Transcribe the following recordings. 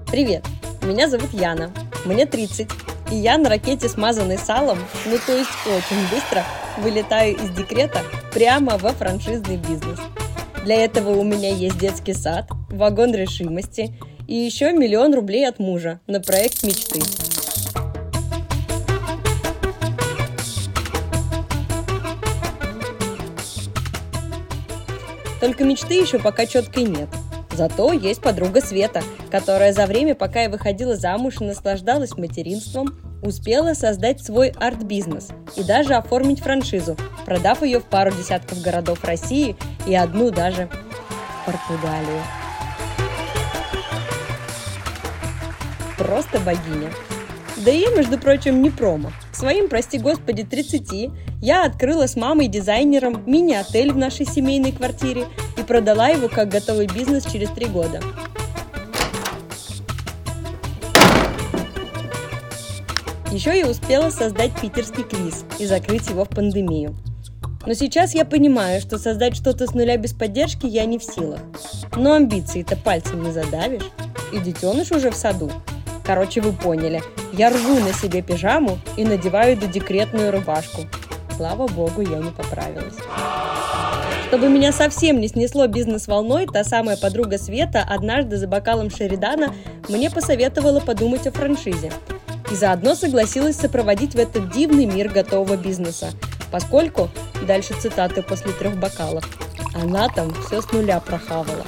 Привет, меня зовут Яна, мне 30, и я на ракете, смазанной салом, то есть очень быстро, вылетаю из декрета прямо во франшизный бизнес. Для этого у меня есть детский сад, вагон решимости и еще 1 000 000 рублей от мужа на проект мечты. Только мечты еще пока четкой нет. Зато есть подруга Света, которая за время, пока я выходила замуж и наслаждалась материнством, успела создать свой арт-бизнес и даже оформить франшизу, продав ее в пару десятков городов России и одну даже в Португалию. Просто богиня. Да и я, между прочим, не промах. К своим, прости господи, 30 я открыла с мамой-дизайнером мини-отель в нашей семейной квартире и продала его как готовый бизнес через 3 года. Еще я успела создать питерский квиз и закрыть его в пандемию. Но сейчас я понимаю, что создать что-то с нуля без поддержки я не в силах. Но амбиции-то пальцем не задавишь. И детеныш уже в саду. Короче, вы поняли. Я рву на себе пижаму и надеваю декретную рубашку. Слава богу, я не поправилась. Чтобы меня совсем не снесло бизнес-волной, та самая подруга Света однажды за бокалом Шеридана мне посоветовала подумать о франшизе. И заодно согласилась сопроводить в этот дивный мир готового бизнеса, поскольку, дальше цитаты после 3 бокалов, она там все с нуля прохавала.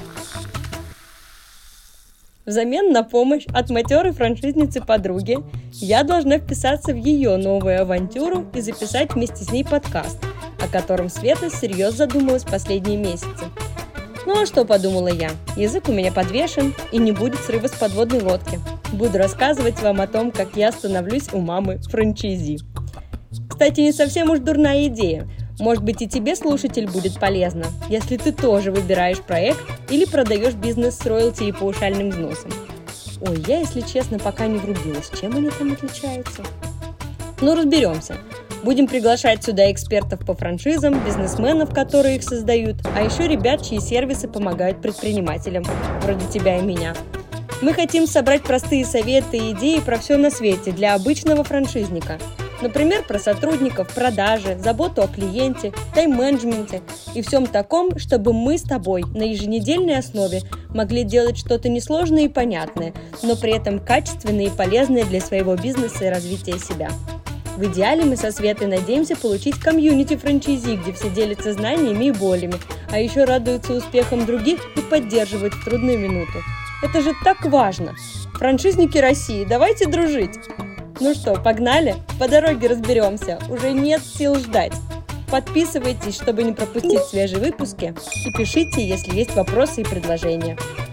Взамен на помощь от матерой франшизницы подруги я должна вписаться в ее новую авантюру и записать вместе с ней подкаст, о котором Света всерьез задумалась последние месяцы. Ну а что, подумала я, язык у меня подвешен и не будет срыва с подводной лодки. Буду рассказывать вам о том, как я становлюсь у мамы франчайзи. Кстати, не совсем уж дурная идея. Может быть, и тебе, слушатель, будет полезно, если ты тоже выбираешь проект или продаешь бизнес с роялти и паушальным взносом. Ой, я, если честно, пока не врубилась, чем они там отличаются. Разберемся. Будем приглашать сюда экспертов по франшизам, бизнесменов, которые их создают, а еще ребят, чьи сервисы помогают предпринимателям, вроде тебя и меня. Мы хотим собрать простые советы и идеи про все на свете для обычного франшизника. Например, про сотрудников, продажи, заботу о клиенте, тайм-менеджменте и всем таком, чтобы мы с тобой на еженедельной основе могли делать что-то несложное и понятное, но при этом качественное и полезное для своего бизнеса и развития себя. В идеале мы со Светой надеемся получить комьюнити франчайзи, где все делятся знаниями и болями, а еще радуются успехам других и поддерживают в трудную минуту. Это же так важно! Франшизники России, давайте дружить! Ну что, погнали? По дороге разберемся, уже нет сил ждать. Подписывайтесь, чтобы не пропустить свежие выпуски, и пишите, если есть вопросы и предложения.